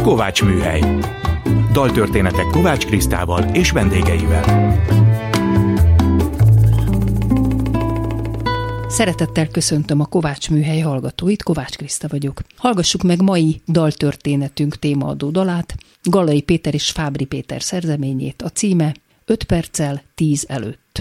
Kovács Műhely. Daltörténetek Kovács Krisztával és vendégeivel. Szeretettel köszöntöm a Kovács Műhely hallgatóit, Kovács Kriszta vagyok. Hallgassuk meg mai daltörténetünk témaadó dalát, Gallai Péter és Fábry Péter szerzeményét, a címe 5 perccel 10 előtt.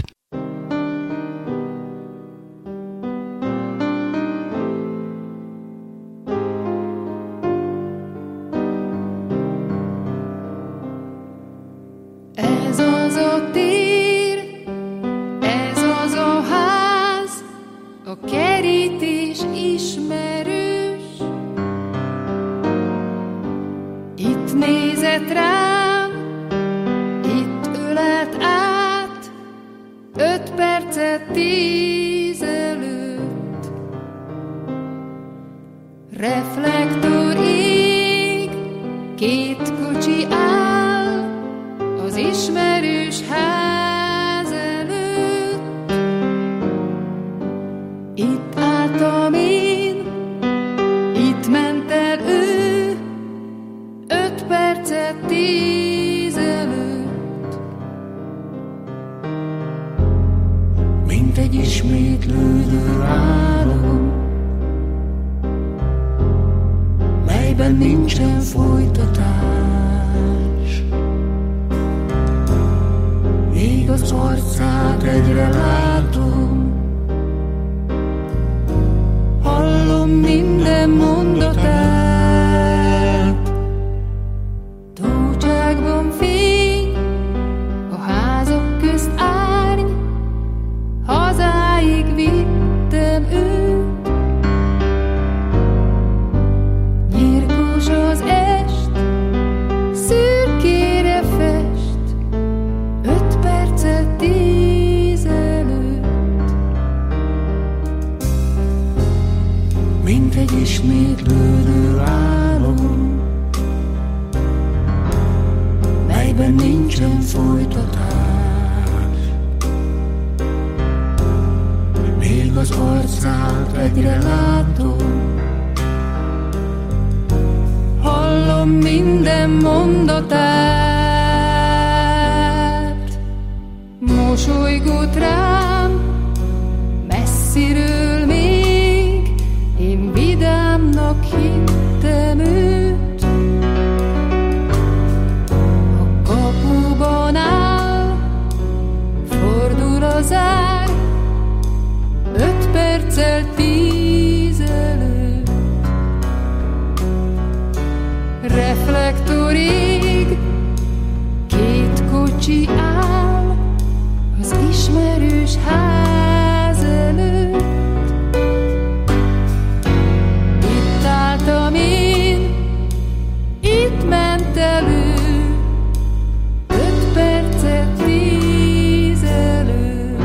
Ez az a tér, ez az a ház, a kerítés ismerős. Itt nézett rám, itt ölelt át, 5 percet 10 előtt. Reflektor ég, 2 kocsi áll az ismerős ház előtt. Itt álltam én, itt ment el ő, 5 percet 10 előtt. Mint egy ismétlődő álom, melyben nincsen folytatás. Még az arcát egyre látom, hallom minden mondatát. Tócságban fény, a házak közt árny, hazáig vittem őt. Nyírkos az est, szürkére fest, 5 percet 10 előtt. Mint egy ismétlődő álom, melyben nincsen folytatás. Még az arcát egyre látom, Hallom minden mondatát. Mosolygott rám, messziről még, én vidámnak hittem őt. A kapuban áll, fordul az ár, 5 perccel 10 előtt. Reflektor ég, 2 kocsi áll az ismerős ház előtt. Itt álltam én, itt ment elő, 5 percet 10 előtt.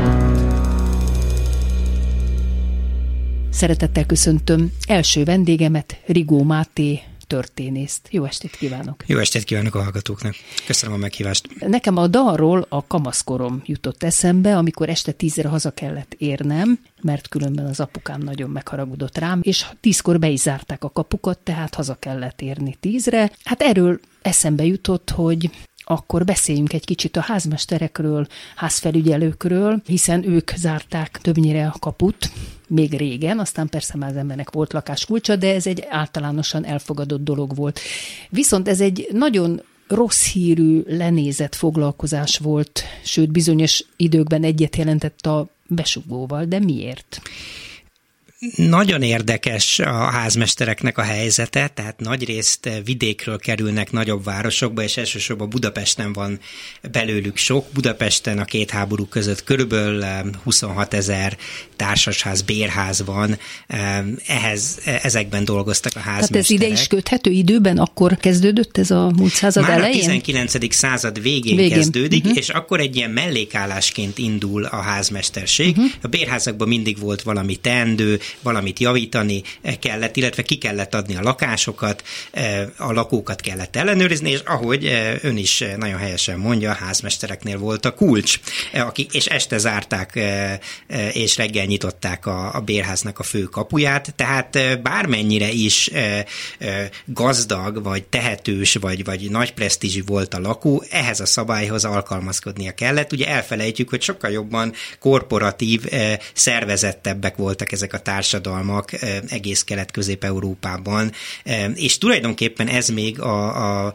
Szeretettel köszöntöm első vendégemet, Rigó Máté történészt. Jó estét kívánok! Jó estét kívánok a hallgatóknak! Köszönöm a meghívást! Nekem a dalról a kamaszkorom jutott eszembe, amikor este 10-re haza kellett érnem, mert különben az apukám nagyon megharagudott rám, és 10-kor be is zárták a kapukat, tehát haza kellett érni 10-re. Hát erről eszembe jutott, hogy akkor beszéljünk egy kicsit a házmesterekről, házfelügyelőkről, hiszen ők zárták többnyire a kaput, még régen, aztán persze már az embernek volt lakáskulcsa, de ez egy általánosan elfogadott dolog volt. Viszont ez egy nagyon rossz hírű, lenézett foglalkozás volt, sőt bizonyos időkben egyet jelentett a besugóval, de miért? Nagyon érdekes a házmestereknek a helyzete, tehát nagyrészt vidékről kerülnek nagyobb városokba, és elsősorban Budapesten van belőlük sok. Budapesten a 2 háború között körülbelül 26 000 társasház, bérház van, ezekben dolgoztak a házmesterek. Tehát ez ide is köthető időben, akkor kezdődött ez a múlt század már elején? Már a 19. század végén kezdődik, és akkor egy ilyen mellékállásként indul a házmesterség. A bérházakban mindig volt valami teendő, valamit javítani kellett, illetve ki kellett adni a lakásokat, a lakókat kellett ellenőrizni, és ahogy ön is nagyon helyesen mondja, a házmestereknél volt a kulcs, és este zárták, és reggel nyitották a bérháznak a fő kapuját, tehát bármennyire is gazdag, vagy tehetős, vagy nagy presztízsű volt a lakó, ehhez a szabályhoz alkalmazkodnia kellett. Ugye elfelejtjük, hogy sokkal jobban korporatív, szervezettebbek voltak ezek a társadalmak egész Kelet-Közép-Európában, és tulajdonképpen ez még a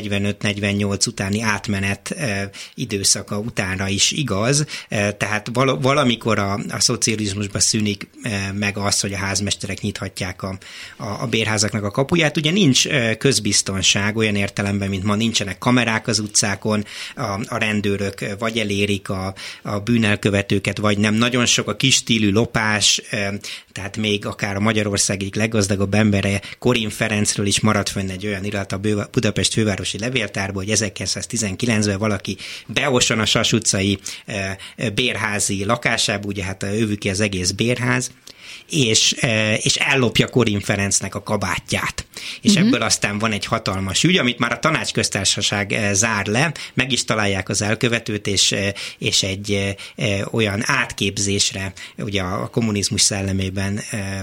45-48 utáni átmenet időszaka utánra is igaz, tehát valamikor a szocializmusban szűnik meg az, hogy a házmesterek nyithatják a bérházaknak a kapuját. Ugye nincs közbiztonság olyan értelemben, mint ma, nincsenek kamerák az utcákon, a rendőrök vagy elérik a bűnelkövetőket, vagy nem. Nagyon sok a kis stílű lopás, tehát még akár a Magyarország egyik leggazdagabb embere, Korin Ferencről is maradt fönn egy olyan irat a Budapest fővárosi levéltárból, hogy 1919-ben valaki beoson a Sas utcai bérházi lakásába, ugye hát ő ki az egész bérház, és ellopja Korin Ferencnek a kabátját. És ebből aztán van egy hatalmas ügy, amit már a Tanácsköztársaság zár le, meg is találják az elkövetőt, és egy olyan átképzésre, ugye a kommunizmus szellemében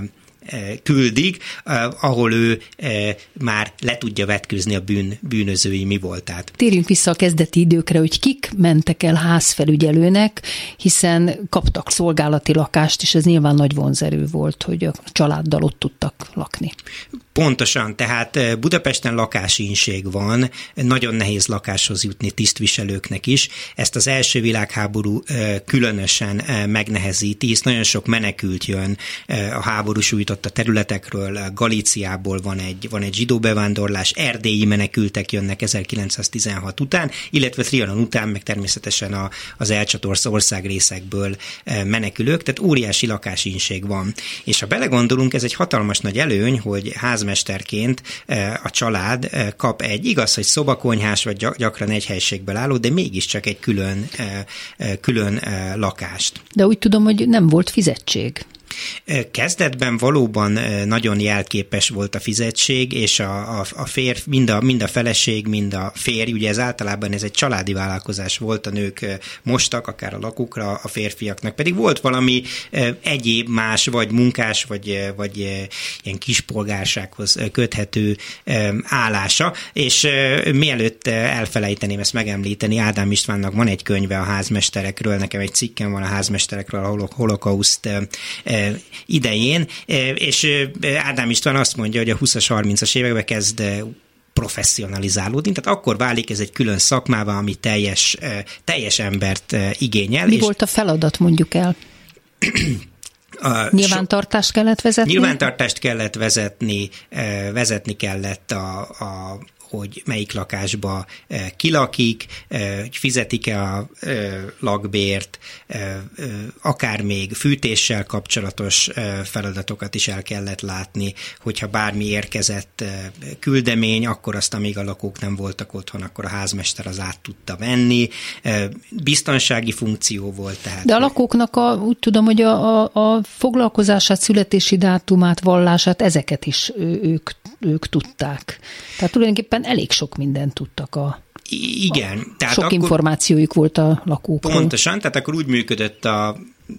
küldik, ahol ő már le tudja vetkőzni a bűnözői mi voltát. Térjünk vissza a kezdeti időkre, hogy kik mentek el házfelügyelőnek, hiszen kaptak szolgálati lakást, és ez nyilván nagy vonzerő volt, hogy a családdal ott tudtak lakni. Pontosan, tehát Budapesten lakásinség van, nagyon nehéz lakáshoz jutni tisztviselőknek is. Ezt az első világháború különösen megnehezíti, hisz nagyon sok menekült jön a háború sújtotta területekről, Galíciából van egy zsidó bevándorlás, erdélyi menekültek jönnek 1916 után, illetve Trianon után, meg természetesen az elcsatolt országrészekből menekülők, tehát óriási lakásinség van. És ha belegondolunk, ez egy hatalmas nagy előny, hogy házmesterként a család kap igaz, hogy szobakonyhás, vagy gyakran egy helységből álló, de mégiscsak egy külön lakást. De úgy tudom, hogy nem volt fizetség. Kezdetben valóban nagyon jelképes volt a fizetség, és a férj, mind a feleség, mind a férj, ugye ez általában ez egy családi vállalkozás volt, a nők mostak, akár a lakukra, a férfiaknak pedig volt valami egyéb más, vagy munkás, vagy ilyen kispolgársághoz köthető állása, és mielőtt elfelejteném ezt megemlíteni, Ádám Istvánnak van egy könyve a házmesterekről, nekem egy cikkem van a házmesterekről a holokauszt idején, és Ádám István azt mondja, hogy a 20-as, 30-as években kezd professzionalizálódni, tehát akkor válik ez egy külön szakmává, ami teljes embert igényel. Mi volt a feladat, mondjuk el? Nyilvántartást kellett vezetni? Nyilvántartást kellett vezetni kellett hogy melyik lakásba kilakik, hogy fizetik-e a lakbért, akár még fűtéssel kapcsolatos feladatokat is el kellett látni, hogyha bármi érkezett küldemény, akkor azt, amíg a lakók nem voltak otthon, akkor a házmester az át tudta venni. Biztonsági funkció volt tehát. De a lakóknak úgy tudom, hogy a foglalkozását, születési dátumát, vallását, ezeket is ők tudták. Tehát tulajdonképpen elég sok mindent tudtak igen. Tehát sok információjuk volt a lakókról. Pontosan, tehát akkor úgy működött a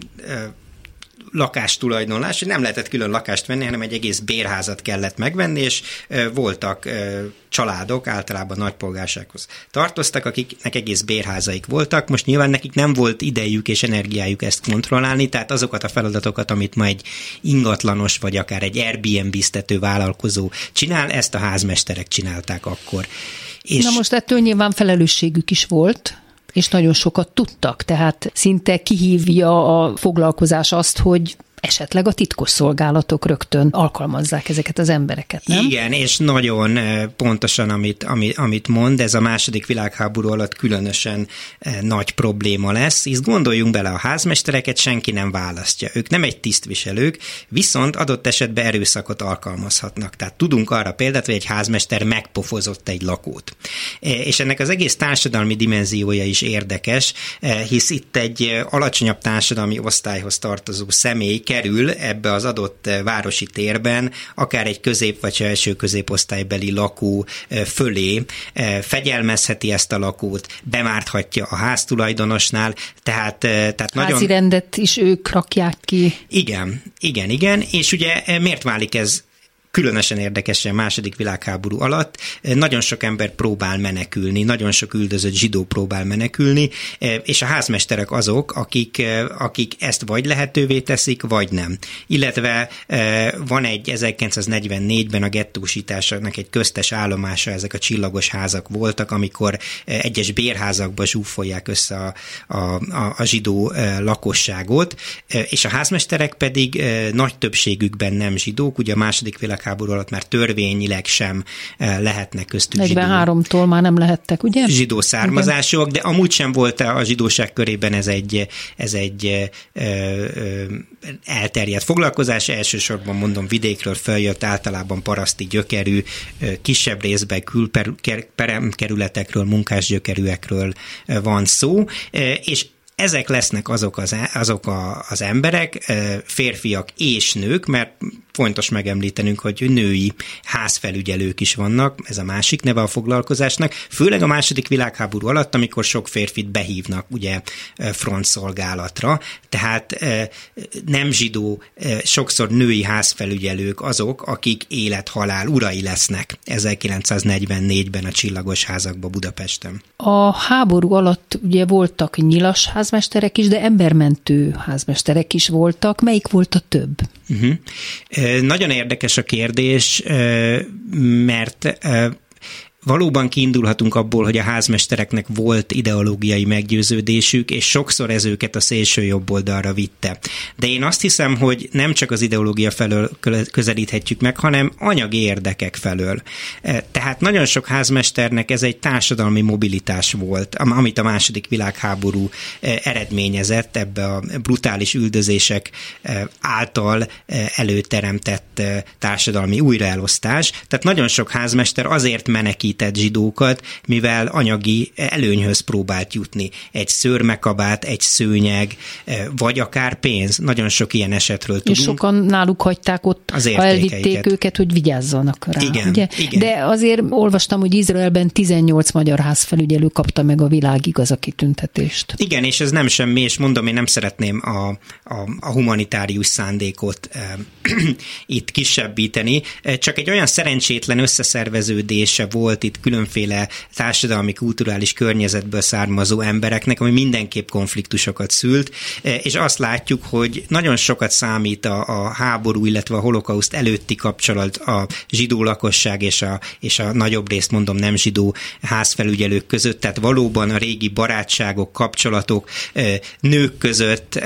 lakástulajdonlás, hogy nem lehetett külön lakást venni, hanem egy egész bérházat kellett megvenni, és voltak családok, általában nagypolgársághoz tartoztak, akiknek egész bérházaik voltak. Most nyilván nekik nem volt idejük és energiájuk ezt kontrollálni, tehát azokat a feladatokat, amit ma egy ingatlanos, vagy akár egy Airbnb-ztető vállalkozó csinál, ezt a házmesterek csinálták akkor. És na most ettől nyilván felelősségük is volt, és nagyon sokat tudtak, tehát szinte kihívja a foglalkozás azt, hogy esetleg a titkosszolgálatok rögtön alkalmazzák ezeket az embereket, nem? Igen, és nagyon pontosan, amit mond, ez a második világháború alatt különösen nagy probléma lesz, hisz gondoljunk bele, a házmestereket senki nem választja. Ők nem egy tisztviselők, viszont adott esetben erőszakot alkalmazhatnak. Tehát tudunk arra példát, hogy egy házmester megpofozott egy lakót. És ennek az egész társadalmi dimenziója is érdekes, hisz itt egy alacsonyabb társadalmi osztályhoz tartozó személy kerül ebbe az adott városi térben, akár egy közép vagy első középosztálybeli lakó fölé fegyelmezheti ezt a lakót, bemárthatja a háztulajdonosnál, tehát nagyon... Házi rendet is ők rakják ki. Igen, és ugye miért válik ez különösen érdekesen második világháború alatt? Nagyon sok ember próbál menekülni, nagyon sok üldözött zsidó próbál menekülni, és a házmesterek azok, akik ezt vagy lehetővé teszik, vagy nem. Illetve van egy 1944-ben a gettósításnak egy köztes állomása, ezek a csillagos házak voltak, amikor egyes bérházakba zsúfolják össze a zsidó lakosságot, és a házmesterek pedig nagy többségükben nem zsidók, ugye a második világháború alatt már törvényileg sem lehetnek köztük 43-tól már nem lehettek, ugye? Zsidó származásúak, de amúgy sem volt a zsidóság körében ez egy elterjedt foglalkozás. Elsősorban mondom, vidékről feljött, általában paraszti gyökerű, kisebb részben külperemkerületekről, munkásgyökerűekről van szó, és ezek lesznek azok az emberek, férfiak és nők, mert fontos megemlítenünk, hogy női házfelügyelők is vannak, ez a másik neve a foglalkozásnak, főleg a második világháború alatt, amikor sok férfit behívnak ugye frontszolgálatra, tehát nem zsidó, sokszor női házfelügyelők azok, akik élet-halál urai lesznek 1944-ben a csillagos házakban Budapesten. A háború alatt ugye voltak nyilas házmesterek is, de embermentő házmesterek is voltak. Melyik volt a több? Nagyon érdekes a kérdés, mert valóban kiindulhatunk abból, hogy a házmestereknek volt ideológiai meggyőződésük, és sokszor ez őket a szélső jobb oldalra vitte. De én azt hiszem, hogy nem csak az ideológia felől közelíthetjük meg, hanem anyagi érdekek felől. Tehát nagyon sok házmesternek ez egy társadalmi mobilitás volt, amit a második világháború eredményezett ebbe a brutális üldözések által előteremtett társadalmi újraelosztás. Tehát nagyon sok házmester azért menekít zsidókat, mivel anyagi előnyhöz próbált jutni. Egy szőrmekabát, egy szőnyeg, vagy akár pénz. Nagyon sok ilyen esetről tudunk. És sokan náluk hagyták ott, ha elvitték őket, hogy vigyázzanak rá. Igen, ugye? igen. De azért olvastam, hogy Izraelben 18 magyar házfelügyelő kapta meg a világ igaza kitüntetést. Igen, és ez nem semmi, és mondom, én nem szeretném a humanitárius szándékot itt kisebbíteni. Csak egy olyan szerencsétlen összeszerveződése volt itt különféle társadalmi, kulturális környezetből származó embereknek, ami mindenképp konfliktusokat szült, és azt látjuk, hogy nagyon sokat számít a háború, illetve a holokauszt előtti kapcsolat a zsidó lakosság és a nagyobb részt mondom nem zsidó házfelügyelők között, tehát valóban a régi barátságok, kapcsolatok, nők között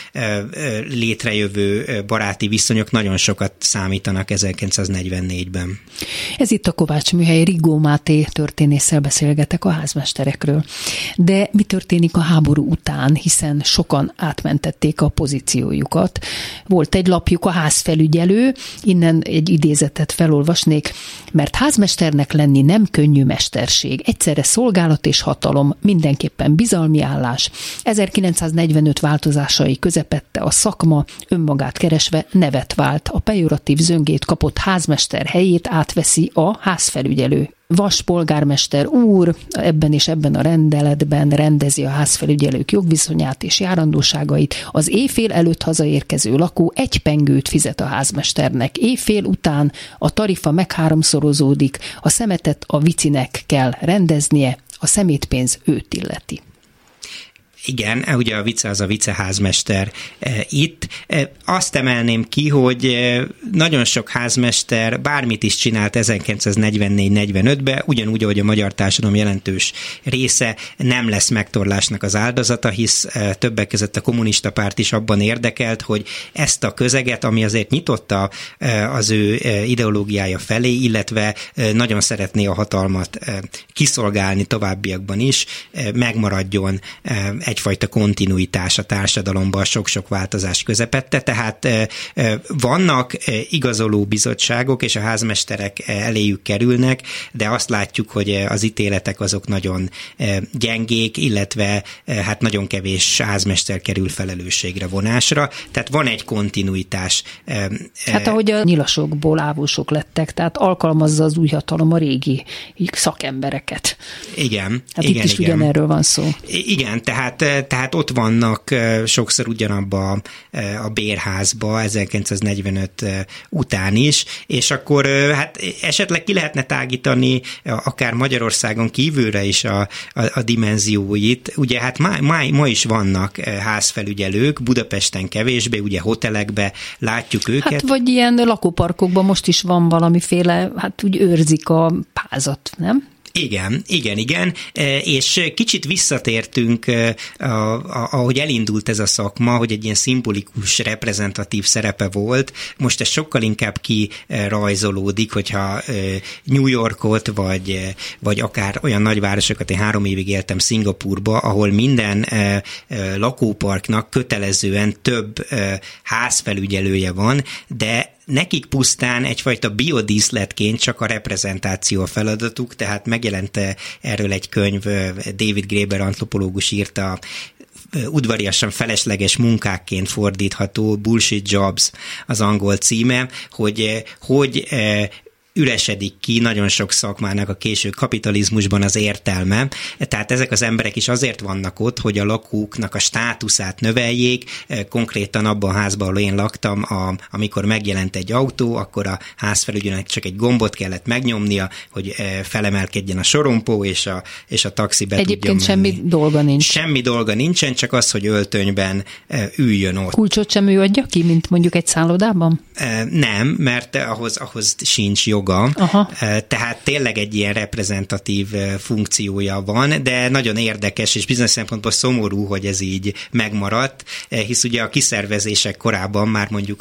létrejövő baráti viszonyok nagyon sokat számítanak 1944-ben. Ez itt a Kovács Műhely, Rigó Máté történésszel beszélgetek a házmesterekről. De mi történik a háború után, hiszen sokan átmentették a pozíciójukat. Volt egy lapjuk, a házfelügyelő, innen egy idézetet felolvasnék, mert házmesternek lenni nem könnyű mesterség. Egyszerre szolgálat és hatalom, mindenképpen bizalmi állás. 1945 változásai közepette a szakma önmagát keresve nevet vált. A pejoratív zöngét kapott házmester helyét átveszi a házfelügyelő. Vas polgármester úr ebben és ebben a rendeletben rendezi a házfelügyelők jogviszonyát és járandóságait. Az éjfél előtt hazaérkező lakó egy pengőt fizet a házmesternek. Éjfél után a tarifa megháromszorozódik, a szemetet a vicinek kell rendeznie, a szemétpénz őt illeti. Igen, ugye a vice az a viceházmester itt. Azt emelném ki, hogy nagyon sok házmester bármit is csinált 1944-45-ben, ugyanúgy, ahogy a magyar társadalom jelentős része nem lesz megtorlásnak az áldozata, hisz többek között a kommunista párt is abban érdekelt, hogy ezt a közeget, ami azért nyitotta az ő ideológiája felé, illetve nagyon szeretné a hatalmat kiszolgálni továbbiakban is, megmaradjon egyfajta kontinuitás a társadalomban sok-sok változás közepette, tehát vannak igazoló bizottságok, és a házmesterek eléjük kerülnek, de azt látjuk, hogy az ítéletek azok nagyon gyengék, illetve hát nagyon kevés házmester kerül felelősségre vonásra, tehát van egy kontinuitás. Hát ahogy a nyilasokból ávósok lettek, tehát alkalmazza az új hatalom a régi szakembereket. Igen. Hát igen, itt is igen. ugyanerről van szó. Igen, tehát ott vannak sokszor ugyanabba a bérházba 1945 után is, és akkor hát esetleg ki lehetne tágítani akár Magyarországon kívülre is a dimenzióit. Ugye hát ma is vannak házfelügyelők, Budapesten kevésbé, ugye hotelekbe látjuk őket. Hát vagy ilyen lakóparkokban most is van valamiféle, hát úgy őrzik a házat, nem? Igen, és kicsit visszatértünk, ahogy elindult ez a szakma, hogy egy ilyen szimbolikus, reprezentatív szerepe volt. Most ez sokkal inkább kirajzolódik, hogyha New Yorkot, vagy akár olyan nagyvárosokat, én 3 évig éltem Szingapúrba, ahol minden lakóparknak kötelezően több házfelügyelője van, de nekik pusztán egyfajta biodíszletként csak a reprezentáció a feladatuk, tehát megjelent erről egy könyv, David Graeber antropológus írta, udvariasan felesleges munkákként fordítható, Bullshit Jobs az angol címe, hogy üresedik ki nagyon sok szakmának a késő kapitalizmusban az értelme. Tehát ezek az emberek is azért vannak ott, hogy a lakóknak a státuszát növeljék. Konkrétan abban a házban, ahol én laktam, amikor megjelent egy autó, akkor a házfelügyelőnek csak egy gombot kellett megnyomnia, hogy felemelkedjen a sorompó, és a taxi be tudjon menni. Egyébként semmi dolga nincs. Semmi dolga nincsen, csak az, hogy öltönyben üljön ott. Kulcsot sem ő adja ki, mint mondjuk egy szállodában? Nem, mert ahhoz sincs joga. Aha. Tehát tényleg egy ilyen reprezentatív funkciója van, de nagyon érdekes, és bizonyos szempontból szomorú, hogy ez így megmaradt, hisz ugye a kiszervezések korában már mondjuk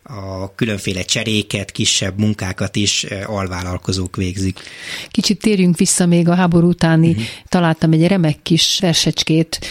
a különféle cseréket, kisebb munkákat is alvállalkozók végzik. Kicsit térjünk vissza még a háború utáni, találtam egy remek kis versecskét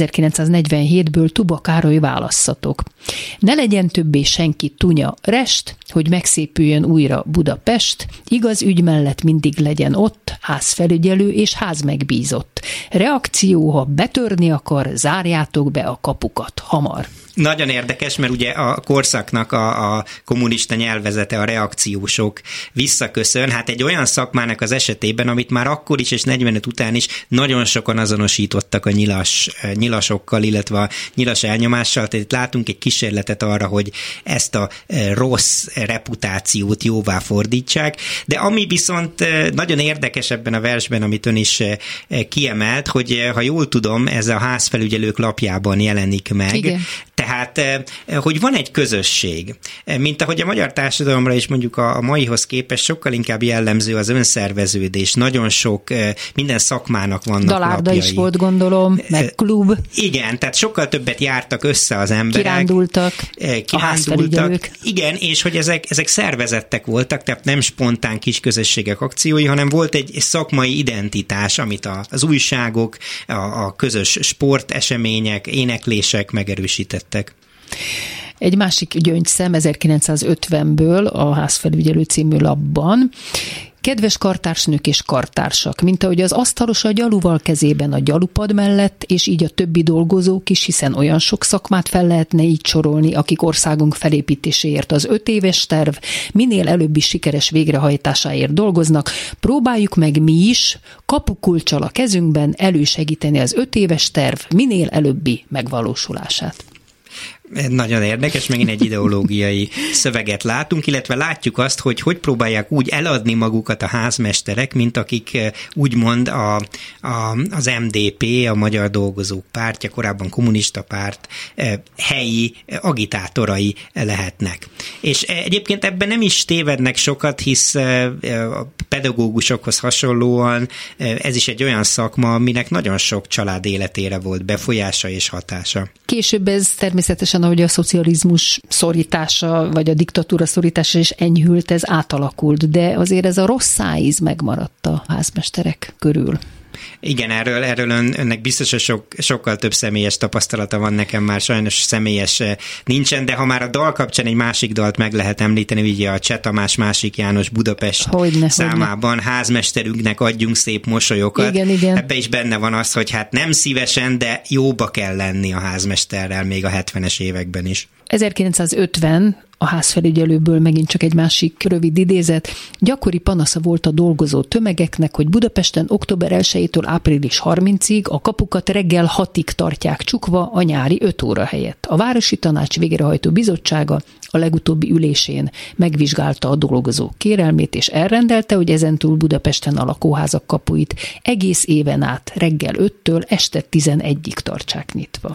1947-ből, Tuba Károly válasszatok. Ne legyen többé senki tunya rest, hogy megszépüljön újra Budapest, igaz ügy mellett mindig legyen ott házfelügyelő és házmegbízott. Reakció, ha betörni akar, zárjátok be a kapukat hamar. Nagyon érdekes, mert ugye a korszaknak a kommunista nyelvezete, a reakciósok visszaköszön. Hát egy olyan szakmának az esetében, amit már akkor is és 45 után is nagyon sokan azonosítottak a nyilasokkal, illetve a nyilas elnyomással. Tehát itt látunk egy kísérletet arra, hogy ezt a rossz reputációt jóvá fordítsák. De ami viszont nagyon érdekes ebben a versben, amit ön is kiemelt, hogy ha jól tudom, ez a házfelügyelők lapjában jelenik meg. Igen. Tehát, hogy van egy közösség, mint ahogy a magyar társadalomra is mondjuk a maihoz képest sokkal inkább jellemző az önszerveződés. Nagyon sok, minden szakmának vannak Dalárda lapjai. is volt, gondolom, meg klub. Igen, tehát sokkal többet jártak össze az emberek. Kirándultak a házfelügyelők. Igen, és hogy ezek szervezettek voltak, tehát nem spontán kis közösségek akciói, hanem volt egy szakmai identitás, amit az újságok, a közös sportesemények, éneklések megerősítettek. Egy másik gyöngyszem 1950-ből a Házfelügyelő című lapban. Kedves kartársnők és kartársak, mint ahogy az asztalos a gyaluval kezében a gyalupad mellett, és így a többi dolgozók is, hiszen olyan sok szakmát fel lehetne így sorolni, akik országunk felépítéséért az 5 éves terv minél előbbi sikeres végrehajtásáért dolgoznak, próbáljuk meg mi is kapukulccsal a kezünkben elősegíteni az 5 éves terv minél előbbi megvalósulását. Nagyon érdekes, megint egy ideológiai szöveget látunk, illetve látjuk azt, hogy próbálják úgy eladni magukat a házmesterek, mint akik úgymond az MDP, a Magyar Dolgozók Pártja, korábban kommunista párt helyi agitátorai lehetnek. És egyébként ebben nem is tévednek sokat, hisz a pedagógusokhoz hasonlóan ez is egy olyan szakma, aminek nagyon sok család életére volt befolyása és hatása. Később ez természetesen, ahogy a szocializmus szorítása, vagy a diktatúra szorítása is enyhült, ez átalakult, de azért ez a rossz szájíz megmaradt a házmesterek körül. Igen, erről önnek biztos, hogy sokkal több személyes tapasztalata van, nekem már sajnos személyes nincsen, de ha már a dal kapcsán egy másik dalt meg lehet említeni, ugye a Cseh Tamás Másik János Budapest számában házmesterünknek adjunk szép mosolyokat. Igen. Ebbe is benne van az, hogy hát nem szívesen, de jóba kell lenni a házmesterrel még a 70-es években is. 1950 a házfelügyelőből megint csak egy másik rövid idézet. Gyakori panasza volt a dolgozó tömegeknek, hogy Budapesten október 1-től április 30-ig a kapukat reggel 6-ig tartják csukva a nyári 5 óra helyett. A Városi Tanács Végrehajtó Bizottsága a legutóbbi ülésén megvizsgálta a dolgozók kérelmét, és elrendelte, hogy ezentúl Budapesten a lakóházak kapuit egész éven át reggel 5-től este 11-ig tartsák nyitva.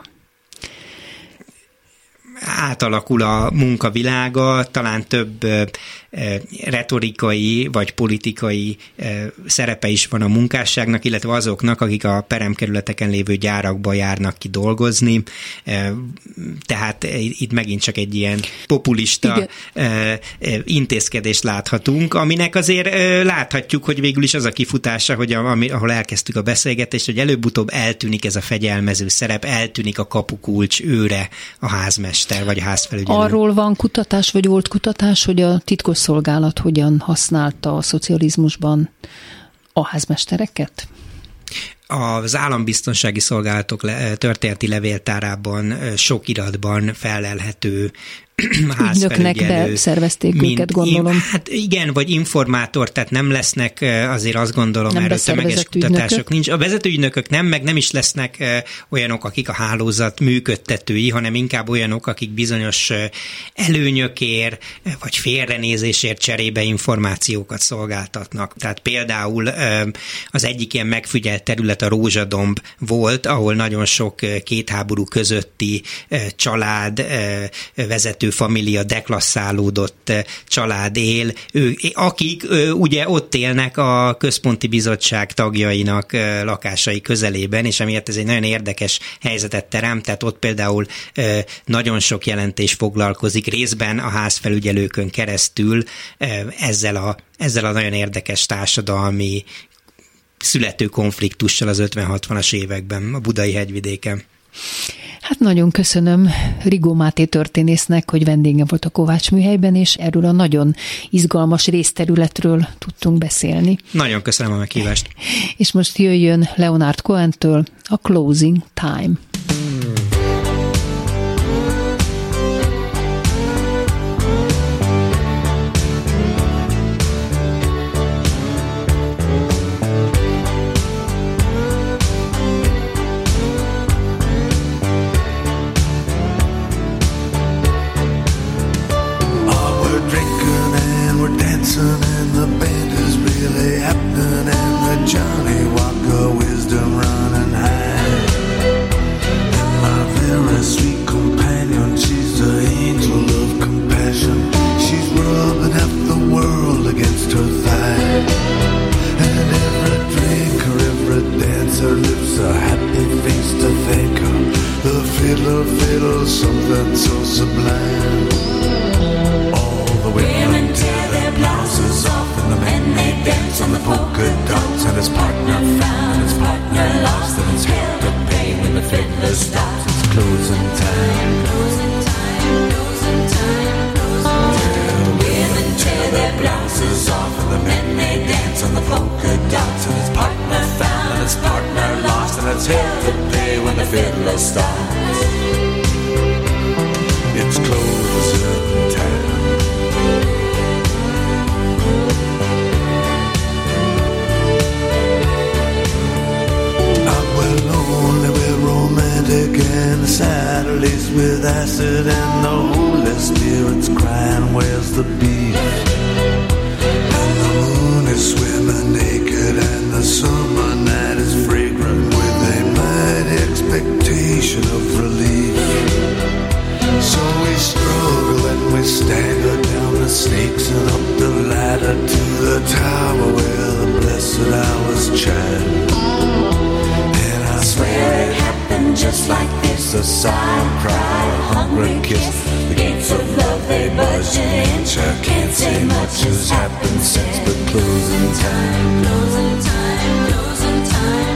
Átalakul a munkavilága, talán több retorikai vagy politikai szerepe is van a munkásságnak, illetve azoknak, akik a peremkerületeken lévő gyárakba járnak ki dolgozni. Tehát itt megint csak egy ilyen populista intézkedést láthatunk, aminek azért láthatjuk, hogy végül is az a kifutása, hogy ahol elkezdtük a beszélgetést, hogy előbb-utóbb eltűnik ez a fegyelmező szerep, eltűnik a kapukulcs őre, a házmester vagy a házfelügyelő. Arról van kutatás, vagy volt kutatás, hogy a titkosszolgálat hogyan használta a szocializmusban a házmestereket? Az állambiztonsági szolgálatok történeti levéltárában sok iratban felelhető ügynöknek beszervezték őket, gondolom. Hát igen, vagy informátor, tehát nem lesznek azért azt gondolom, nem erről tömeges kutatások nincs. A vezetőügynökök nem, meg nem is lesznek olyanok, akik a hálózat működtetői, hanem inkább olyanok, akik bizonyos előnyökért, vagy félrenézésért cserébe információkat szolgáltatnak. Tehát például az egyik ilyen megfigyelt terület a Rózsadomb volt, ahol nagyon sok két háború közötti család, vezető família, deklasszálódott család él, akik ugye ott élnek a központi bizottság tagjainak lakásai közelében, és emiatt ez egy nagyon érdekes helyzetet teremt, tehát ott például nagyon sok jelentés foglalkozik részben a házfelügyelőkön keresztül ezzel a nagyon érdekes társadalmi születő konfliktussal az 50-60-as években a budai hegyvidéken. Hát nagyon köszönöm Rigó Máté történésznek, hogy vendége volt a Kovács Műhelyben, és erről a nagyon izgalmas részterületről tudtunk beszélni. Nagyon köszönöm a meghívást. És most jöjjön Leonard Cohentől a Closing Time. And the band is really happening, and the Johnny Walker wisdom running high. And my very sweet companion, she's the angel of compassion. She's rubbing half the world against her thigh. And every drinker, every dancer lives a happy face to thank her. The fiddler fiddles something so sublime. All the women tear their blouses off, and the men they dance on the polka dots. And his partner found, and his partner lost, and it's hell to pay when the fiddler stops. It's closing time, closing time, closing time, closing time. The women tear their blouses off, and the men they dance on the polka dots. And his partner found, and his partner lost, and it's hell to pay when the fiddler stops. It's closing time. And Saturdays with acid and the Holy Spirit's crying, where's the beef? And the moon is swimming naked and the summer night is fragrant with a mighty expectation of relief. So we struggle and we stagger down the snakes and up the ladder to the tower where the blessed hours chime. And I swear it happened just like this. A silent cry, a hungry kiss. The gates of love, they budge an inch. I can't say much has happened since, but closing time, closing time, closing time.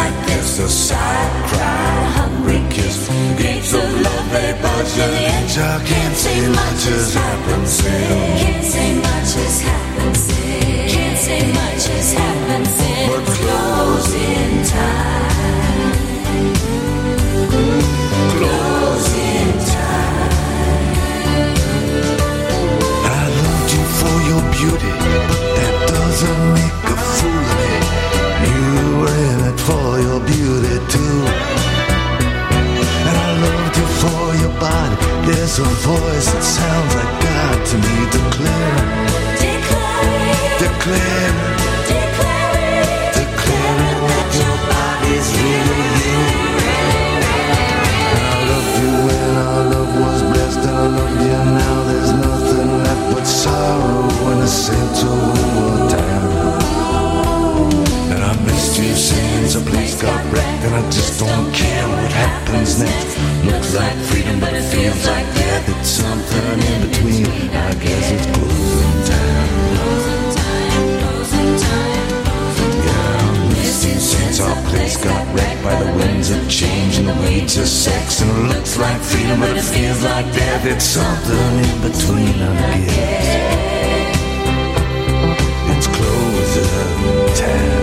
like this, a sad cry, a hungry kiss. The gates of love, they budge at the edge. I can't say much has happened since. Can't say much has happened since. Can't say much has happened since. But closing time. Closing time. I loved you for your beauty, but that doesn't make a fool of me. You were in it for your beauty too. And I loved you for your body. There's a voice that sounds like God to me. Declaring, declaring, declaring, declaring that your body's really you. And I loved you when our love was blessed. And I love you now. There's nothing left but sorrow when the saints are one more time. And I missed you since the place got wrecked. And I just don't care what happens next. Looks like freedom, but it feels like death. It's something in between. I guess it's closing time. Yeah, I missed you since our place got wrecked by the winds of change and the weeds of sex. And it looks like freedom, but it feels like death. It's something in between, I guess. It's closing time.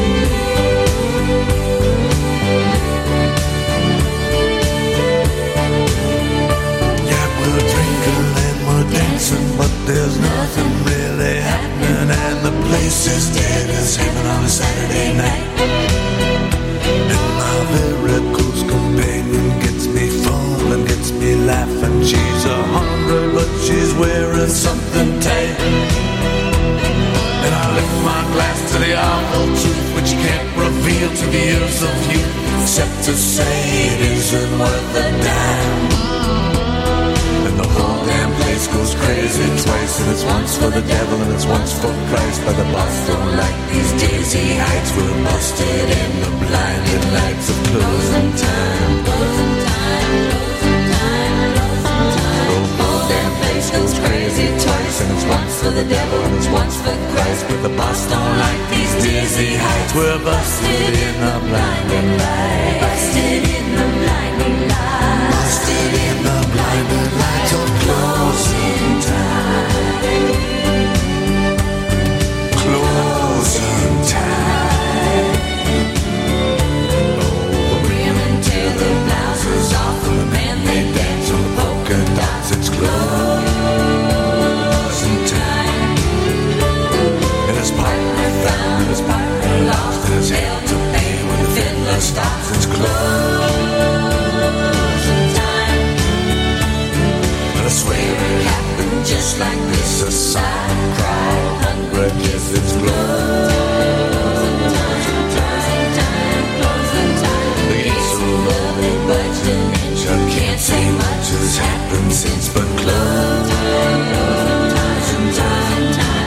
Dancing, but there's nothing really happening, and the place is dead as heaven on a Saturday night. And my very close companion gets me fun and gets me laughing. She's 100, but she's wearing something tight. And I lift my glass to the awful truth, which can't reveal to the ears of youth, except to say it isn't worth a dime. And the whole damn place goes crazy twice, and it's once for the devil and it's once for Christ. By the boss don't like these dizzy heights. We're busted in the blinding lights of closing time. Closing time, closing time, closing time. The whole damn place goes crazy twice, and it's once for the devil and it's once for Christ. But the boss don't like these dizzy heights. We're busted in the blinding lights. Busted in the blinding lights. Busted in the blinding lights of closing time. Closing time. Oh, we're brimming till the blouses off, and the men they dance on the polka dots. It's closing time. And his partner found, and his partner lost, and his hell to pay when the fiddler stops. It's closing time. But I swear it happened just like this. A sad cry, hungry kiss. It's closing time. Closing time. The gates of love, they budged an inch. I can't say much has happened since, but closing time.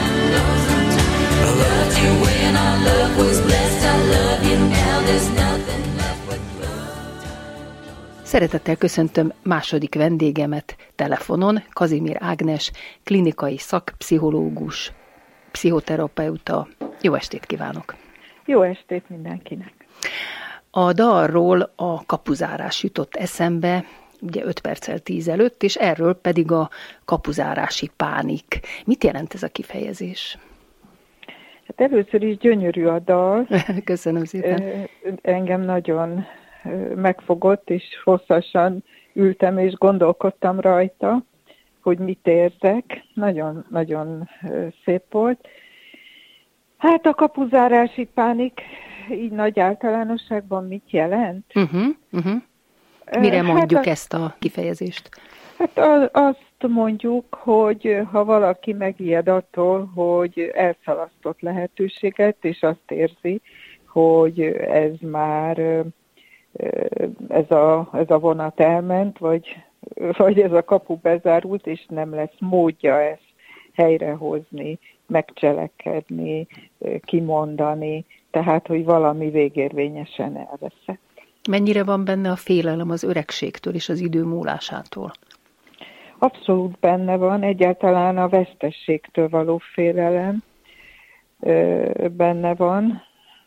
I loved you when our love was blessed. I love you now. There's nothing left but closing. Szeretettel köszöntöm második vendégemet telefonon, Kazimír Ágnes, klinikai szakpszichológus, pszichoterapeuta. Jó estét kívánok! Jó estét mindenkinek! A dalról a kapuzárás jutott eszembe, ugye 5 perccel 10 előtt, és erről pedig a kapuzárási pánik. Mit jelent ez a kifejezés? Hát először is gyönyörű a dal. Köszönöm szépen. Engem nagyon megfogott, és hosszasan ültem és gondolkodtam rajta, hogy mit érzek. Nagyon, nagyon szép volt. Hát a kapuzárási pánik így nagy általánosságban mit jelent? Mire mondjuk ezt a kifejezést? Hát azt mondjuk, hogy ha valaki megijed attól, hogy elszalasztott lehetőséget, és azt érzi, hogy ez már ez a vonat elment, vagy ez a kapu bezárult, és nem lesz módja ezt helyrehozni, megcselekedni, kimondani, tehát, hogy valami végérvényesen elveszett. Mennyire van benne a félelem az öregségtől és az idő múlásától? Abszolút benne van, egyáltalán a vesztességtől való félelem benne van.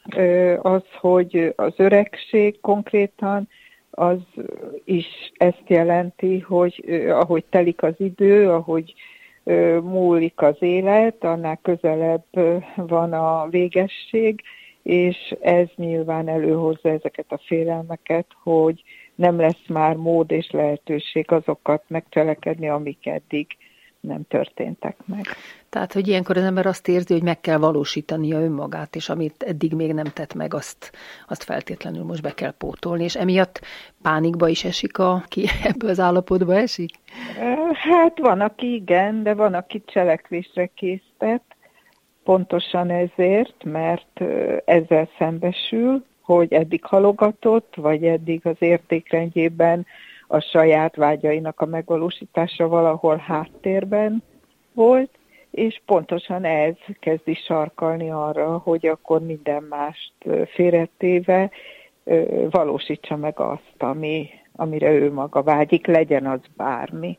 az, hogy az öregség konkrétan, az is ezt jelenti, hogy ahogy telik az idő, ahogy múlik az élet, annál közelebb van a végesség, és ez nyilván előhozza ezeket a félelmeket, hogy nem lesz már mód és lehetőség azokat megcselekedni, amik eddig nem történtek meg. Tehát, hogy ilyenkor az ember azt érzi, hogy meg kell valósítania önmagát, és amit eddig még nem tett meg, azt feltétlenül most be kell pótolni, és emiatt pánikba is esik, aki ebből az állapotba esik? Hát van, aki igen, de van, aki cselekvésre késztet, pontosan ezért, mert ezzel szembesül, hogy eddig halogatott, vagy eddig az értékrendjében a saját vágyainak a megvalósítása valahol háttérben volt, és pontosan ez kezdi sarkalni arra, hogy akkor minden mást félretéve valósítsa meg azt, amire ő maga vágyik, legyen az bármi.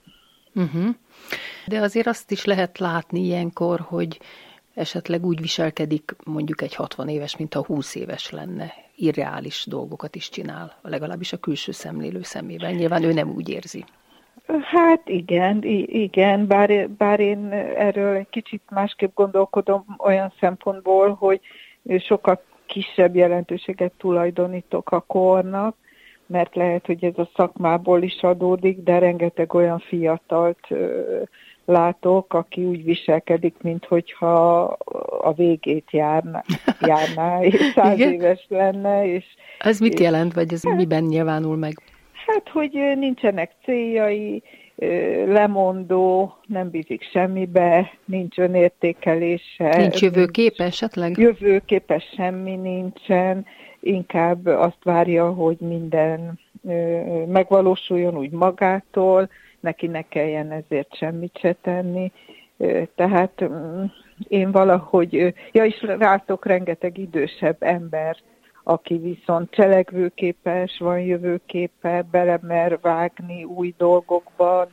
De azért azt is lehet látni ilyenkor, hogy esetleg úgy viselkedik mondjuk egy 60 éves, mint ha 20 éves lenne. Irreális dolgokat is csinál, legalábbis a külső szemlélő szemében. Nyilván ő nem úgy érzi. Hát igen, bár én erről egy kicsit másképp gondolkodom olyan szempontból, hogy sokkal kisebb jelentőséget tulajdonítok a kornak, mert lehet, hogy ez a szakmából is adódik, de rengeteg olyan fiatalt látok, aki úgy viselkedik, minthogyha a végét járná és 100 éves lenne. Ez mit jelent, vagy ez miben nyilvánul meg? Hát, hogy nincsenek céljai, lemondó, nem bízik semmibe, nincs önértékelése. Nincs jövőképe esetleg? Jövőképe semmi nincsen, inkább azt várja, hogy minden megvalósuljon úgy magától, neki ne kelljen ezért semmit se tenni. Tehát én valahogy, és látok rengeteg idősebb embert, aki viszont cselekvőképes, van jövőképe, belemer vágni új dolgokban,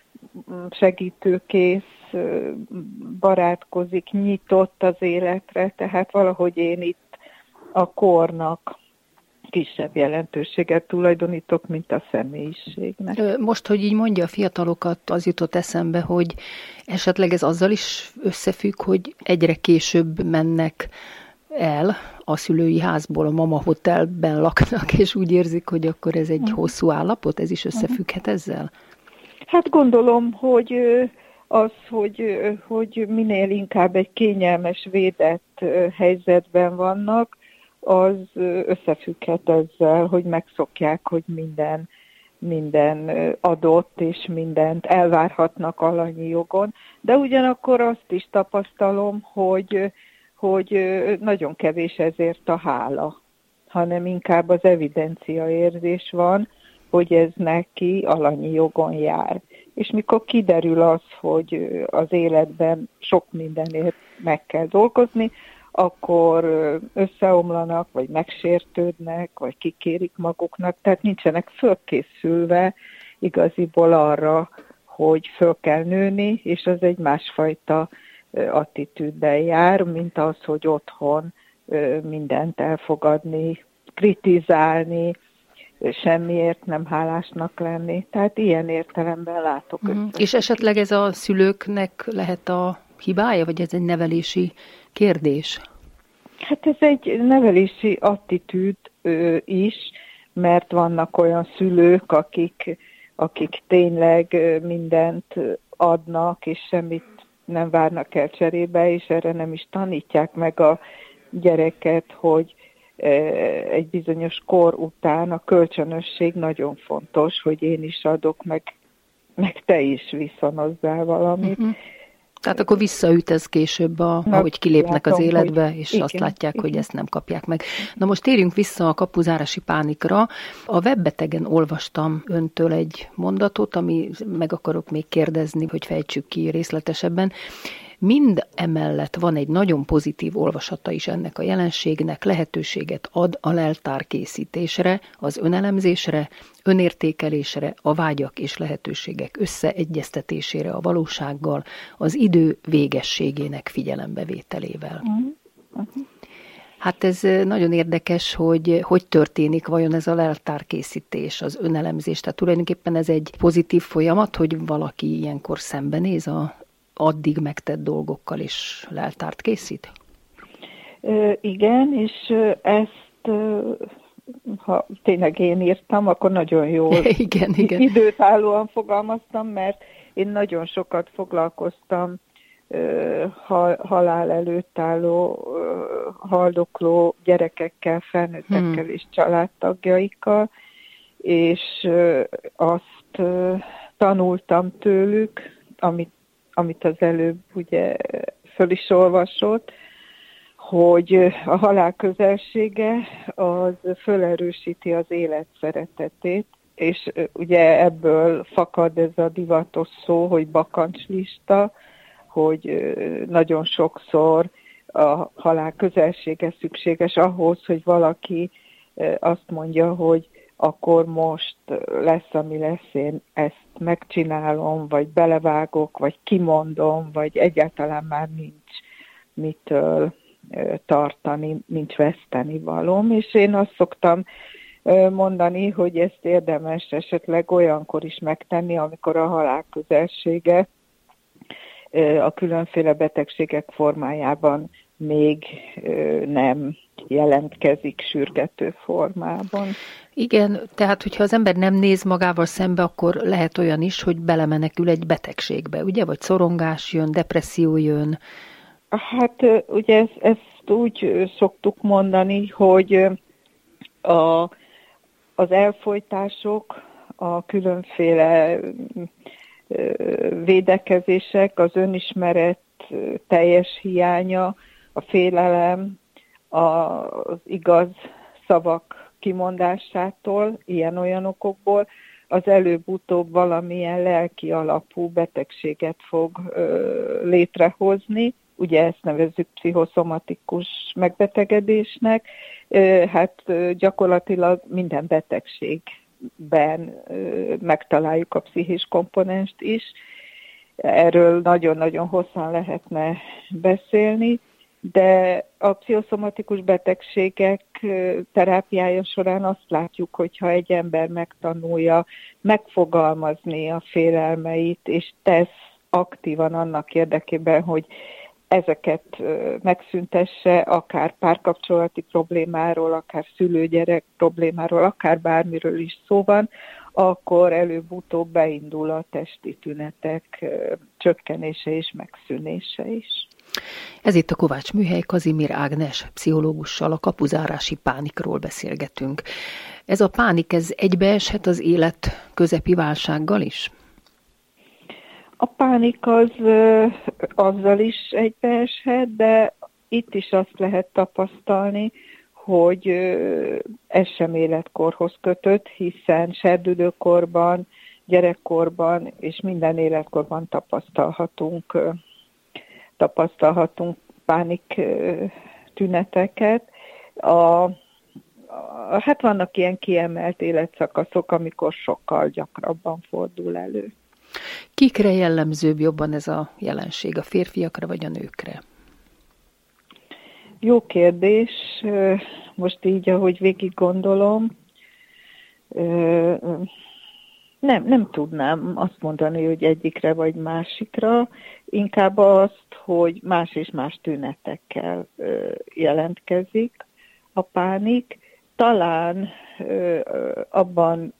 segítőkész, barátkozik, nyitott az életre, tehát valahogy én itt a kornak kisebb jelentőséget tulajdonítok, mint a személyiségnek. Most, hogy így mondja a fiatalokat, az jutott eszembe, hogy esetleg ez azzal is összefügg, hogy egyre később mennek el a szülői házból, a mama hotelben laknak, és úgy érzik, hogy akkor ez egy hosszú állapot, ez is összefügghet ezzel? Hát gondolom, hogy az, hogy minél inkább egy kényelmes, védett helyzetben vannak, az összefügghet ezzel, hogy megszokják, hogy minden adott, és mindent elvárhatnak alanyi jogon. De ugyanakkor azt is tapasztalom, hogy nagyon kevés ezért a hála, hanem inkább az evidencia érzés van, hogy ez neki alanyi jogon jár. És mikor kiderül az, hogy az életben sok mindenért meg kell dolgozni, akkor összeomlanak, vagy megsértődnek, vagy kikérik maguknak, tehát nincsenek fölkészülve igaziból arra, hogy föl kell nőni, és az egy másfajta attitűddel jár, mint az, hogy otthon mindent elfogadni, kritizálni, semmiért nem hálásnak lenni. Tehát ilyen értelemben látok. És esetleg ez a szülőknek lehet a hibája, vagy ez egy nevelési kérdés? Hát ez egy nevelési attitűd is, mert vannak olyan szülők, akik tényleg mindent adnak, és semmit nem várnak el cserébe, és erre nem is tanítják meg a gyereket, hogy egy bizonyos kor után a kölcsönösség nagyon fontos, hogy én is adok, meg te is viszonozzál valamit. Tehát akkor visszaüt ez később, ahogy kilépnek az életbe, és igen, azt látják, hogy ezt nem kapják meg. Na most térjünk vissza a kapuzárási pánikra. A Webbetegen olvastam öntől egy mondatot, ami meg akarok még kérdezni, hogy fejtsük ki részletesebben. Mind emellett van egy nagyon pozitív olvasata is ennek a jelenségnek, lehetőséget ad a leltárkészítésre, az önelemzésre, önértékelésre, a vágyak és lehetőségek összeegyeztetésére a valósággal, az idő végességének figyelembevételével. Hát ez nagyon érdekes, hogy történik vajon ez a leltárkészítés, az önelemzés. Tehát tulajdonképpen ez egy pozitív folyamat, hogy valaki ilyenkor szembenéz a addig megtett dolgokkal és leltárt készít? Igen, és ezt, ha tényleg én írtam, akkor nagyon jól igen. időtállóan fogalmaztam, mert én nagyon sokat foglalkoztam halál előtt álló, haldokló gyerekekkel, felnőttekkel és családtagjaikkal, és azt tanultam tőlük, amit az előbb ugye föl is olvasott, hogy a halál közelsége az fölerősíti az élet szeretetét, és ugye ebből fakad ez a divatos szó, hogy bakancslista, hogy nagyon sokszor a halál közelsége szükséges ahhoz, hogy valaki azt mondja, hogy akkor most lesz, ami lesz, én ezt megcsinálom, vagy belevágok, vagy kimondom, vagy egyáltalán már nincs mitől tartani, nincs veszteni valóm. És én azt szoktam mondani, hogy ezt érdemes esetleg olyankor is megtenni, amikor a halál közelsége a különféle betegségek formájában még nem jelentkezik sürgető formában. Igen, tehát hogyha az ember nem néz magával szembe, akkor lehet olyan is, hogy belemenekül egy betegségbe, ugye? Vagy szorongás jön, depresszió jön. Hát ugye ezt úgy szoktuk mondani, hogy az elfojtások, a különféle védekezések, az önismeret teljes hiánya, a félelem, az igaz szavak kimondásától, ilyen-olyan okokból, az előbb-utóbb valamilyen lelki alapú betegséget fog létrehozni. Ugye ezt nevezzük pszichoszomatikus megbetegedésnek. Hát gyakorlatilag minden betegségben megtaláljuk a pszichés komponenst is. Erről nagyon-nagyon hosszan lehetne beszélni, de a pszichoszomatikus betegségek terápiája során azt látjuk, hogyha egy ember megtanulja megfogalmazni a félelmeit, és tesz aktívan annak érdekében, hogy ezeket megszüntesse, akár párkapcsolati problémáról, akár szülő-gyerek problémáról, akár bármiről is szó van, akkor előbb-utóbb beindul a testi tünetek csökkenése és megszűnése is. Ez itt a Kovács Műhely, Kazimír Ágnes pszichológussal a kapuzárási pánikról beszélgetünk. Ez a pánik, ez egybeeshet az élet közepi válsággal is? A pánik az azzal is egybeeshet, de itt is azt lehet tapasztalni, hogy ez sem életkorhoz kötött, hiszen serdülőkorban, gyerekkorban és minden életkorban tapasztalhatunk pánik tüneteket. Hát vannak ilyen kiemelt életszakaszok, amikor sokkal gyakrabban fordul elő. Kikre jellemzőbb jobban ez a jelenség, a férfiakra vagy a nőkre? Jó kérdés. Most így, ahogy végig gondolom, nem tudnám azt mondani, hogy egyikre vagy másikra, inkább azt, hogy más és más tünetekkel jelentkezik a pánik. Talán abban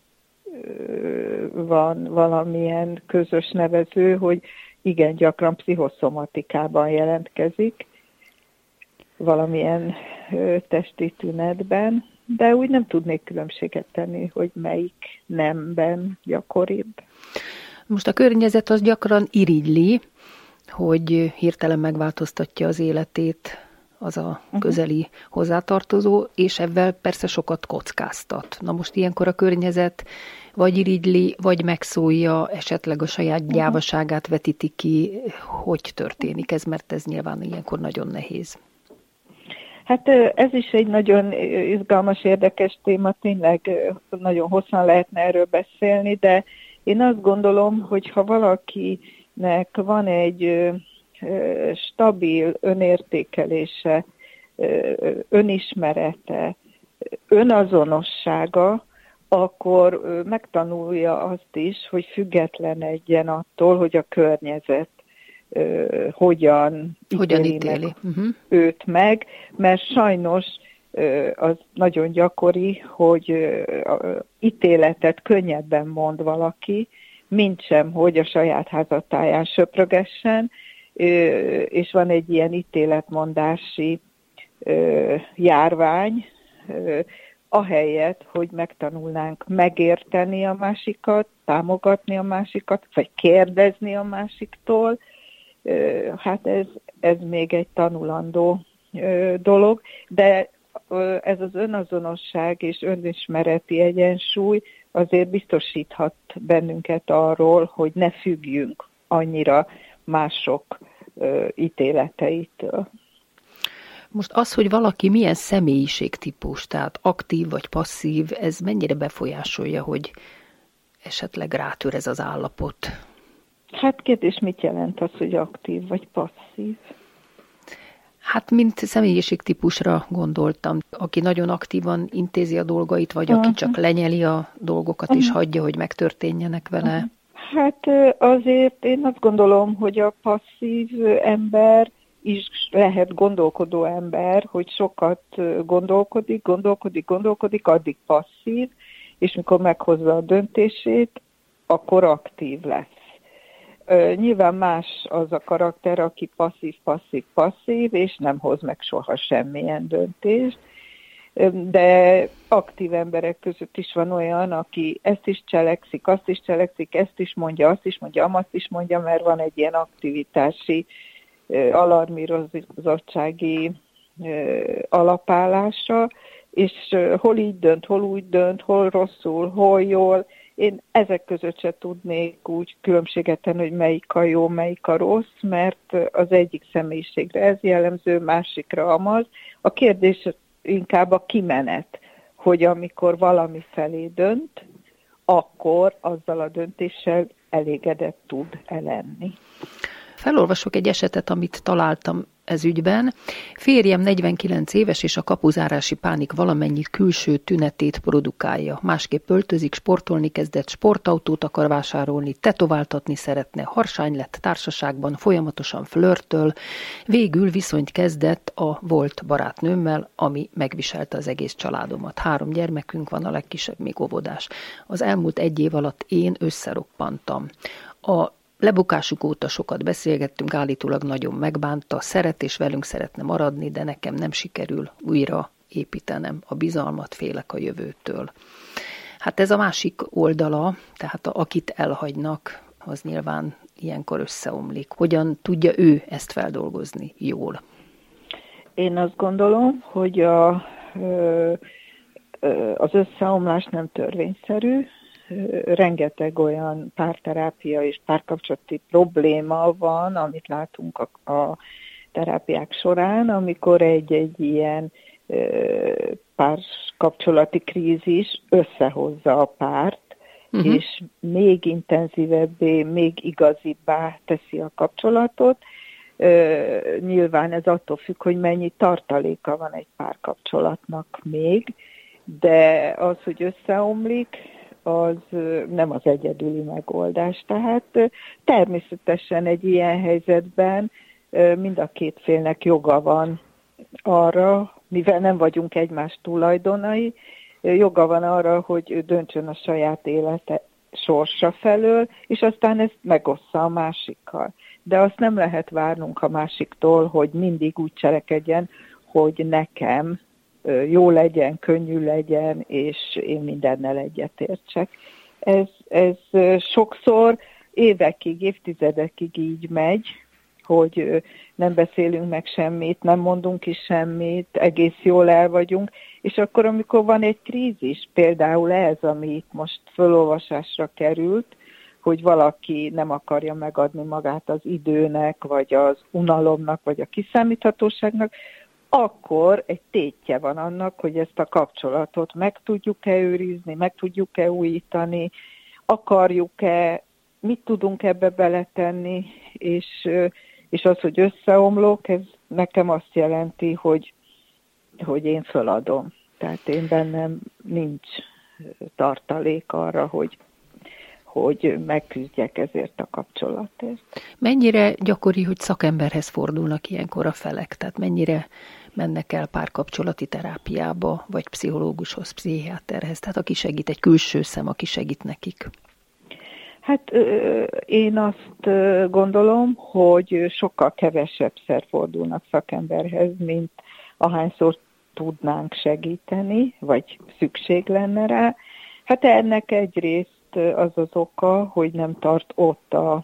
van valamilyen közös nevező, hogy igen, gyakran pszichoszomatikában jelentkezik, valamilyen testi tünetben, de úgy nem tudnék különbséget tenni, hogy melyik nemben gyakoribb. Most a környezet az gyakran irigyli, hogy hirtelen megváltoztatja az életét az a közeli hozzátartozó, és ebben persze sokat kockáztat. Na most ilyenkor a környezet vagy irigyli, vagy megszólja, esetleg a saját gyávaságát vetíti ki. Hogy történik ez, mert ez nyilván ilyenkor nagyon nehéz. Hát ez is egy nagyon izgalmas, érdekes téma, tényleg nagyon hosszan lehetne erről beszélni, de én azt gondolom, hogy ha valakinek van egy stabil önértékelése, önismerete, önazonossága, akkor megtanulja azt is, hogy függetlenedjen attól, hogy a környezet hogyan ítéli meg őt meg, mert sajnos az nagyon gyakori, hogy ítéletet könnyebben mond valaki, mint sem, hogy a saját házatáján söprögessen, és van egy ilyen ítéletmondási járvány, ahelyett, hogy megtanulnánk megérteni a másikat, támogatni a másikat, vagy kérdezni a másiktól. Hát ez még egy tanulandó dolog, de ez az önazonosság és önismereti egyensúly azért biztosíthat bennünket arról, hogy ne függjünk annyira mások ítéleteitől. Most az, hogy valaki milyen személyiségtípus, tehát aktív vagy passzív, ez mennyire befolyásolja, hogy esetleg rátör ez az állapot? Hát kérdés, mit jelent az, hogy aktív vagy passzív? Hát, mint személyiségtípusra gondoltam, aki nagyon aktívan intézi a dolgait, vagy aki csak lenyeli a dolgokat és hagyja, hogy megtörténjenek vele. Hát azért én azt gondolom, hogy a passzív ember is lehet gondolkodó ember, hogy sokat gondolkodik, addig passzív, és mikor meghozza a döntését, akkor aktív lesz. Nyilván más az a karakter, aki passzív, és nem hoz meg soha semmilyen döntést, de aktív emberek között is van olyan, aki ezt is cselekszik, azt is cselekszik, ezt is mondja, azt is mondja, amazt is mondja, mert van egy ilyen aktivitási, alarmírozottsági alapállása, és hol így dönt, hol úgy dönt, hol rosszul, hol jól. Én ezek között se tudnék úgy különbséget tenni, hogy melyik a jó, melyik a rossz, mert az egyik személyiségre ez jellemző, másikra amaz. A kérdés inkább a kimenet, hogy amikor valami felé dönt, akkor azzal a döntéssel elégedett tud lenni. Felolvasok egy esetet, amit találtam ez ügyben. Férjem 49 éves, és a kapuzárási pánik valamennyi külső tünetét produkálja. Másképp öltözik, sportolni kezdett, sportautót akar vásárolni, tetováltatni szeretne, harsány lett társaságban, folyamatosan flörtöl. Végül viszonyt kezdett a volt barátnőmmel, ami megviselte az egész családomat. 3 gyermekünk van, a legkisebb még óvodás. Az elmúlt 1 év alatt én összeroppantam. A lebukásuk óta sokat beszélgettünk, állítólag nagyon megbánta, szeret és velünk szeretne maradni, de nekem nem sikerül újra építenem a bizalmat, félek a jövőtől. Hát ez a másik oldala, tehát akit elhagynak, az nyilván ilyenkor összeomlik. Hogyan tudja ő ezt feldolgozni jól? Én azt gondolom, hogy az összeomlás nem törvényszerű. Rengeteg olyan párterápia és párkapcsolati probléma van, amit látunk a terápiák során, amikor egy ilyen párkapcsolati krízis összehozza a párt, és még intenzívebbé, még igazibbá teszi a kapcsolatot. Nyilván ez attól függ, hogy mennyi tartaléka van egy párkapcsolatnak még, de az, hogy összeomlik, az nem az egyedüli megoldás. Tehát természetesen egy ilyen helyzetben mind a két félnek joga van arra, mivel nem vagyunk egymás tulajdonai, joga van arra, hogy döntsön a saját élete sorsa felől, és aztán ezt megossza a másikkal. De azt nem lehet várnunk a másiktól, hogy mindig úgy cselekedjen, hogy nekem jó legyen, könnyű legyen, és én mindennel egyetértsek. Ez sokszor évekig, évtizedekig így megy, hogy nem beszélünk meg semmit, nem mondunk ki semmit, egész jól el vagyunk, és akkor, amikor van egy krízis, például ez, ami itt most fölolvasásra került, hogy valaki nem akarja megadni magát az időnek, vagy az unalomnak, vagy a kiszámíthatóságnak, akkor egy tétje van annak, hogy ezt a kapcsolatot meg tudjuk-e őrizni, meg tudjuk-e újítani, akarjuk-e, mit tudunk ebbe beletenni, és az, hogy összeomlok, ez nekem azt jelenti, hogy hogy én föladom. Tehát én bennem nincs tartalék arra, hogy megküzdjek ezért a kapcsolatért. Mennyire gyakori, hogy szakemberhez fordulnak ilyenkor a felek? Tehát mennyire mennek el párkapcsolati terápiába, vagy pszichológushoz, pszichiáterhez? Tehát aki segít, egy külső szem, aki segít nekik. Hát én azt gondolom, hogy sokkal kevesebbszer fordulnak szakemberhez, mint ahányszor tudnánk segíteni, vagy szükség lenne rá. Hát ennek egyrészt az oka, hogy nem tart ott a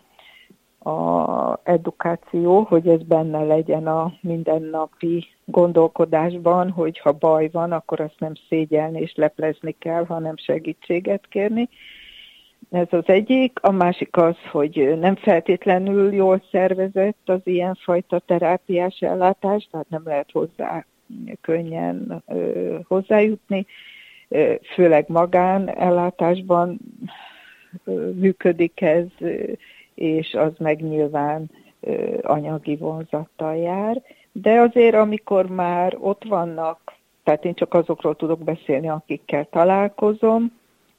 edukáció, hogy ez benne legyen a mindennapi gondolkodásban, hogy ha baj van, akkor azt nem szégyelni és leplezni kell, hanem segítséget kérni. Ez az egyik. A másik az, hogy nem feltétlenül jól szervezett az ilyenfajta terápiás ellátás, tehát nem lehet hozzá könnyen hozzájutni. Főleg magánellátásban működik ez, és az meg nyilván anyagi vonzattal jár. De azért, amikor már ott vannak, tehát én csak azokról tudok beszélni, akikkel találkozom,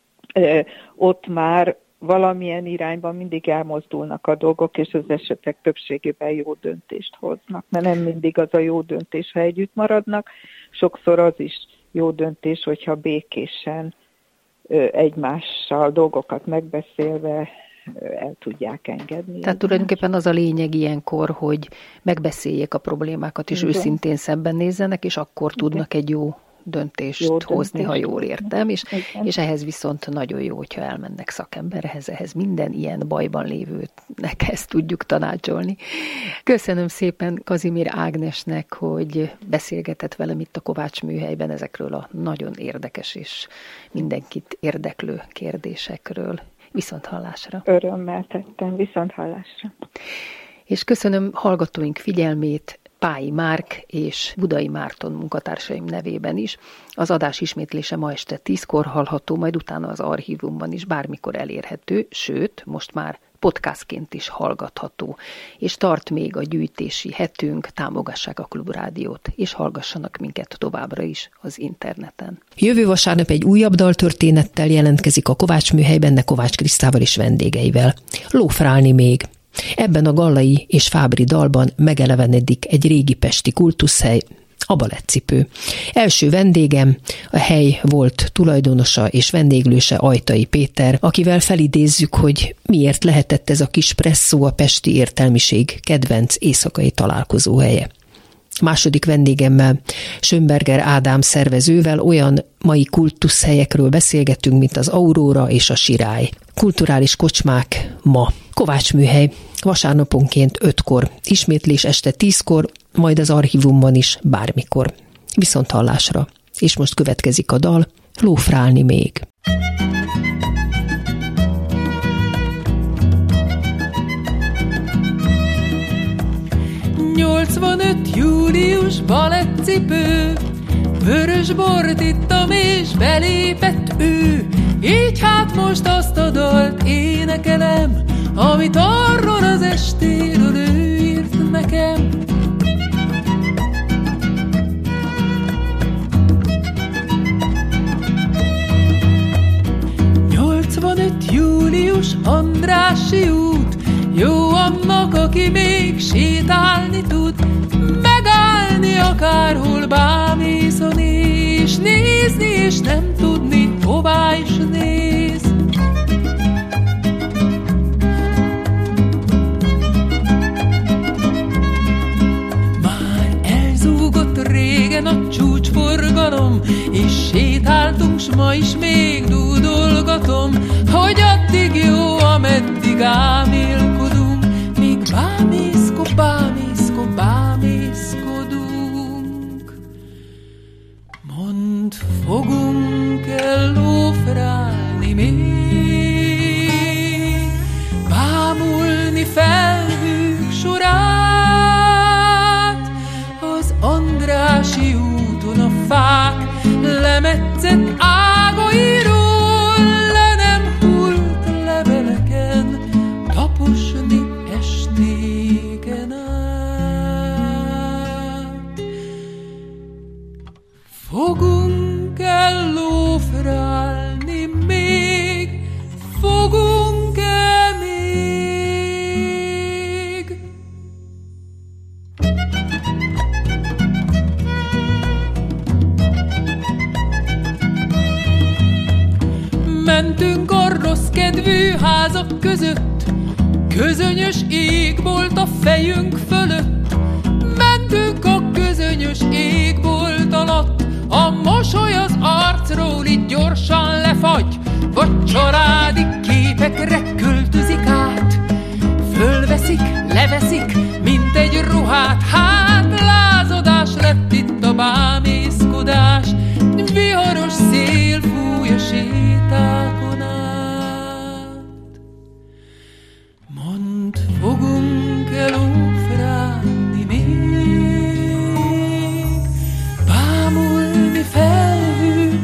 ott már valamilyen irányban mindig elmozdulnak a dolgok, és az esetek többségében jó döntést hoznak. Mert nem mindig az a jó döntés, ha együtt maradnak, sokszor az is jó döntés, hogyha békésen egymással dolgokat megbeszélve el tudják engedni. Tehát tulajdonképpen az a lényeg ilyenkor, hogy megbeszéljék a problémákat, és őszintén szembenézzenek, és akkor tudnak egy jó döntést hozni, ha jól értem, és ehhez viszont nagyon jó, hogyha elmennek szakemberhez, ehhez minden ilyen bajban lévőnek ezt tudjuk tanácsolni. Köszönöm szépen Kazimír Ágnesnek, hogy beszélgetett velem itt a Kovács Műhelyben ezekről a nagyon érdekes és mindenkit érdeklő kérdésekről. Viszonthallásra. Örömmel tettem, viszonthallásra. És köszönöm hallgatóink figyelmét, Pályi Márk és Budai Márton munkatársaim nevében is. Az adás ismétlése ma este 10-kor hallható, majd utána az archívumban is bármikor elérhető, sőt, most már podcastként is hallgatható. És tart még a gyűjtési hetünk, támogassák a Klubrádiót, és hallgassanak minket továbbra is az interneten. Jövő vasárnap egy újabb daltörténettel jelentkezik a Kovács Műhelyben, de Kovács Krisztával és vendégeivel. Lófrálni még. Ebben a Gallai és Fábri dalban megelevenedik egy régi pesti kultuszhely, a Balettcipő. Első vendégem a hely volt tulajdonosa és vendéglőse Ajtai Péter, akivel felidézzük, hogy miért lehetett ez a kis presszó a pesti értelmiség kedvenc éjszakai találkozóhelye. Második vendégemmel, Schönberger Ádám szervezővel olyan mai kultuszhelyekről beszélgetünk, mint az Aurora és a Sirály. Kulturális kocsmák ma. Kovács Műhely, vasárnaponként 5-kor, ismétlés este 10-kor, majd az archívumban is bármikor. Viszonthallásra. És most következik a dal, Lófrálni még. 85. július, balettcipő, vörös bort ittam és belépett ő. Így hát most azt a dalt énekelem, amit arról az estéről ő írt nekem. Július, Andrássy út, jó annak, aki még sétálni tud, megállni akárhol bámészon, és nézni, és nem tudni, hová is néz. Már elzúgott régen a csúcsforgalom, és sétáltunk, s ma is még dúdolgatom, hogy addig jó, ameddig ámélkodunk, míg bámészkodunk. Mondd, fogunk-e lófrálni még, bámulni felhők sorát, az Andrássy úton a fák lemetszett ágairól, le nem hult leveleken taposni estéken át. Fogunk el lófrálni még, fogunk-e még? Mentünk a rossz kedvű házak között, közönyös égbolt a fejünk fölött. Mentünk a közönyös égbolt alatt, a mosoly az arcról így gyorsan lefagy, vagy családi képekre költözik át. Fölveszik, leveszik, mint egy ruhát, hát lázadás lett itt a bámészkodás. Viharos szél fúj a sétákon át. Mondd, fogunk elófrálni még, bámulni felhők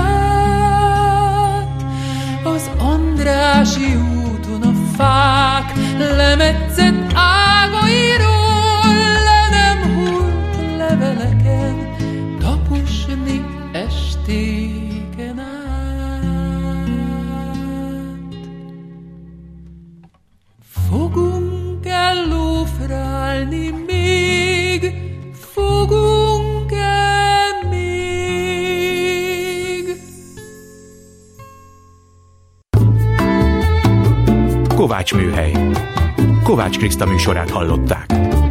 sorát, az Andrássy úton a fák lemetszett ágairól, le nem hullt leveleken taposni estéken át. Fogunk el lófrálni még, fogunk-e még? Kovács Műhely. Kovács Kriszta műsorát hallották.